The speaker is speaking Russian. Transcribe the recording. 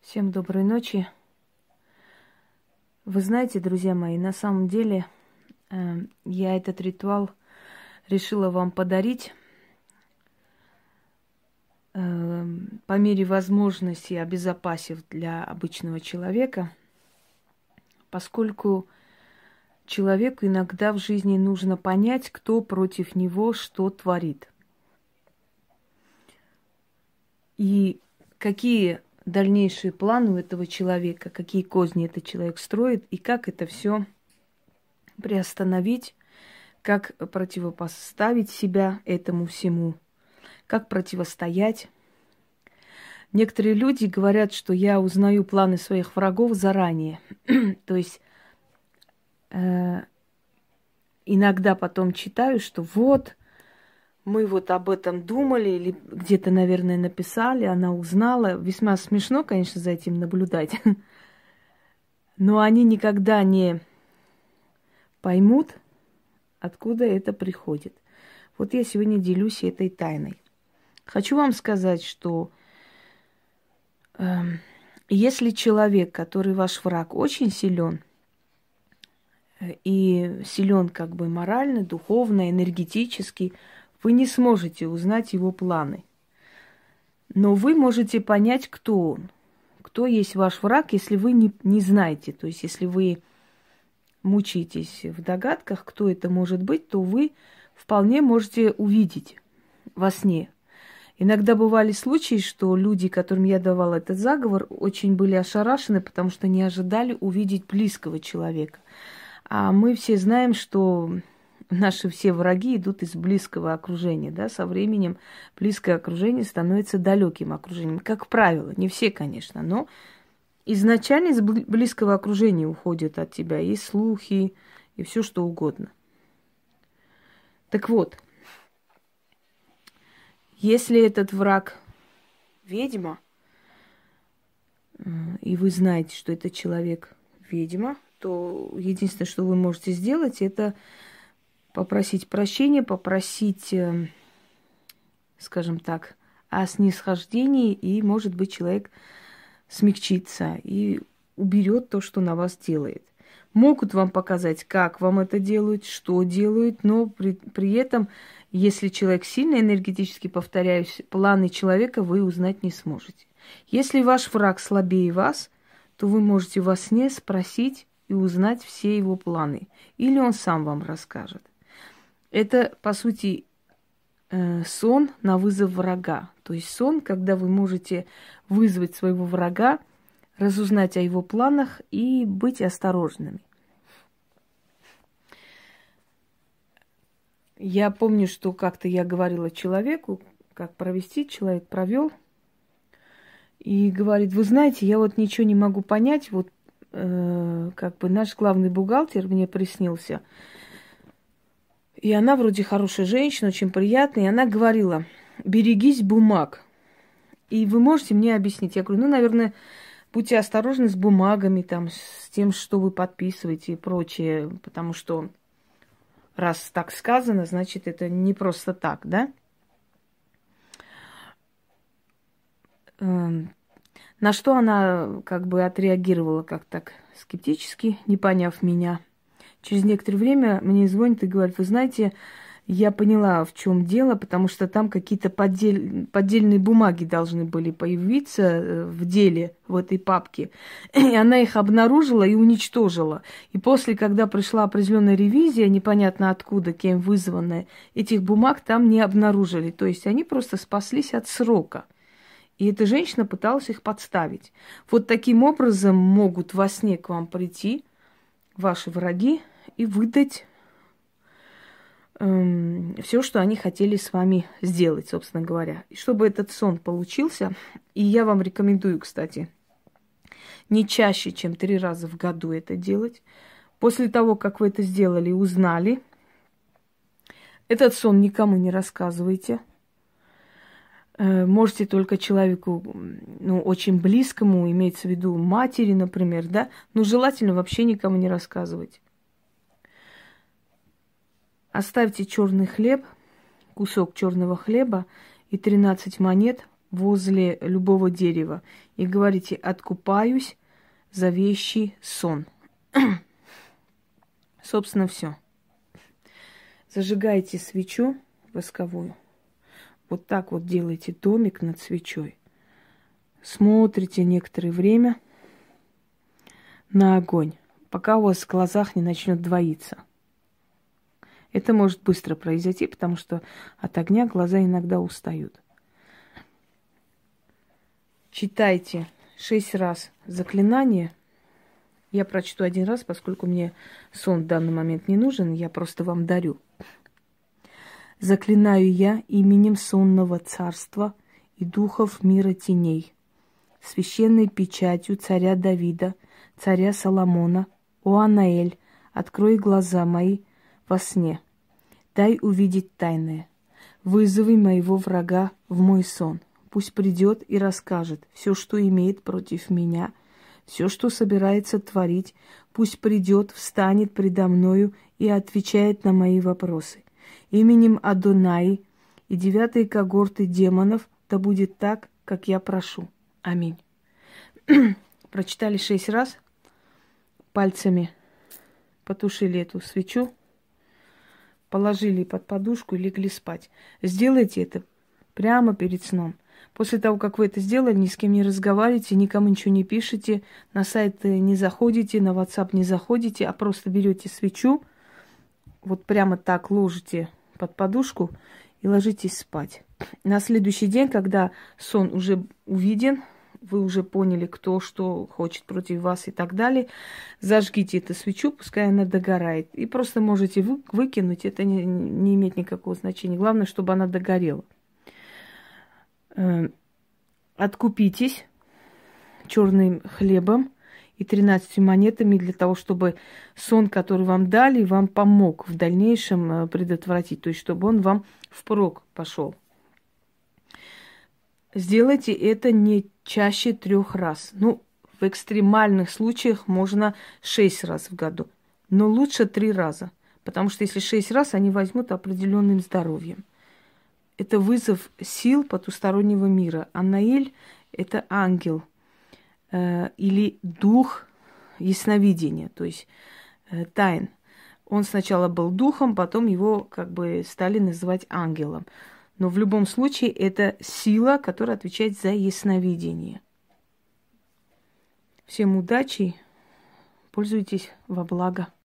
Всем доброй ночи. Вы знаете, друзья мои, на самом деле я этот ритуал решила вам подарить по мере возможности, обезопасив для обычного человека, поскольку человеку иногда в жизни нужно понять, кто против него что творит. И какие дальнейшие планы у этого человека, какие козни этот человек строит, и как это все приостановить, как противопоставить себя этому всему, как противостоять. Некоторые люди говорят, что я узнаю планы своих врагов заранее. То есть иногда потом читаю, что вот мы вот об этом думали, или где-то, наверное, написали, она узнала. Весьма смешно, конечно, за этим наблюдать. Но они никогда не поймут, откуда это приходит. Вот я сегодня делюсь этой тайной. Хочу вам сказать, что если человек, который ваш враг, очень силен, и силен как бы морально, духовно, энергетически, вы не сможете узнать его планы. Но вы можете понять, кто он, кто есть ваш враг, если вы не знаете. То есть, если вы мучаетесь в догадках, кто это может быть, то вы вполне можете увидеть во сне. Иногда бывали случаи, что люди, которым я давала этот заговор, очень были ошарашены, потому что не ожидали увидеть близкого человека. А мы все знаем, что наши все враги идут из близкого окружения, да, со временем близкое окружение становится далеким окружением. Как правило, не все, конечно, но изначально из близкого окружения уходят от тебя и слухи, и все что угодно. Так вот, если этот враг ведьма, и вы знаете, что этот человек ведьма, то единственное, что вы можете сделать, это попросить прощения, попросить, скажем так, о снисхождении, и, может быть, человек смягчится и уберет то, что на вас делает. Могут вам показать, как вам это делают, что делают, но при этом, если человек сильно энергетически, повторяюсь, планы человека вы узнать не сможете. Если ваш враг слабее вас, то вы можете во сне спросить и узнать все его планы. Или он сам вам расскажет. Это, по сути, сон на вызов врага. То есть сон, когда вы можете вызвать своего врага, разузнать о его планах и быть осторожными. Я помню, что как-то я говорила человеку, как провести, человек провел, и говорит: вы знаете, я вот ничего не могу понять, вот как бы наш главный бухгалтер мне приснился. И она вроде хорошая женщина, очень приятная. И она говорила: берегись бумаг. И вы можете мне объяснить? Я говорю: ну, наверное, будьте осторожны с бумагами, там, с тем, что вы подписываете и прочее. Потому что раз так сказано, значит, это не просто так, да? На что она как бы отреагировала как так скептически, не поняв меня. Через некоторое время мне звонит и говорит: вы знаете, я поняла, в чем дело, потому что там какие-то поддельные бумаги должны были появиться в деле, в этой папке. И она их обнаружила и уничтожила. И после, когда пришла определенная ревизия, непонятно откуда, кем вызванная, этих бумаг там не обнаружили. То есть они просто спаслись от срока. И эта женщина пыталась их подставить. Вот таким образом могут во сне к вам прийти ваши враги и выдать все, что они хотели с вами сделать, собственно говоря. И чтобы этот сон получился, и я вам рекомендую, кстати, не чаще, чем 3 раза в году это делать. После того, как вы это сделали, узнали, этот сон никому не рассказывайте. Можете только человеку, ну, очень близкому, имеется в виду матери, например, да, но желательно вообще никому не рассказывать. Оставьте черный хлеб, кусок черного хлеба и 13 монет возле любого дерева и говорите: «Откупаюсь за вещий сон». Собственно, все. Зажигайте свечу восковую. Вот так вот делайте домик над свечой. Смотрите некоторое время на огонь, пока у вас в глазах не начнет двоиться. Это может быстро произойти, потому что от огня глаза иногда устают. Читайте 6 раз заклинание. Я прочту 1 раз, поскольку мне сон в данный момент не нужен, я просто вам дарю. Заклинаю я именем сонного царства и духов мира теней, священной печатью царя Давида, царя Соломона: «О Анаэль, открой глаза мои во сне, дай увидеть тайное, вызови моего врага в мой сон, пусть придет и расскажет все, что имеет против меня, все, что собирается творить, пусть придет, встанет предо мною и отвечает на мои вопросы. Именем Адонаи и 9 когорты демонов да будет так, как я прошу. Аминь». Прочитали 6 раз, пальцами потушили эту свечу, положили под подушку и легли спать. Сделайте это прямо перед сном. После того, как вы это сделали, ни с кем не разговаривайте, никому ничего не пишите, на сайт не заходите, на WhatsApp не заходите, а просто берете свечу, вот прямо так ложите под подушку и ложитесь спать. На следующий день, когда сон уже увиден, вы уже поняли, кто что хочет против вас и так далее, зажгите эту свечу, пускай она догорает. И просто можете выкинуть, это не имеет никакого значения. Главное, чтобы она догорела. Откупитесь черным хлебом и 13 монетами для того, чтобы сон, который вам дали, вам помог в дальнейшем предотвратить, то есть чтобы он вам впрок пошел. Сделайте это не чаще 3 раз. Ну, в экстремальных случаях можно 6 раз в году, но лучше 3 раза, потому что если 6 раз, они возьмут определенным здоровьем. Это вызов сил потустороннего мира. Анаэль – это ангел или дух ясновидения, то есть тайн. Он сначала был духом, потом его как бы стали называть ангелом. Но в любом случае это сила, которая отвечает за ясновидение. Всем удачи, пользуйтесь во благо.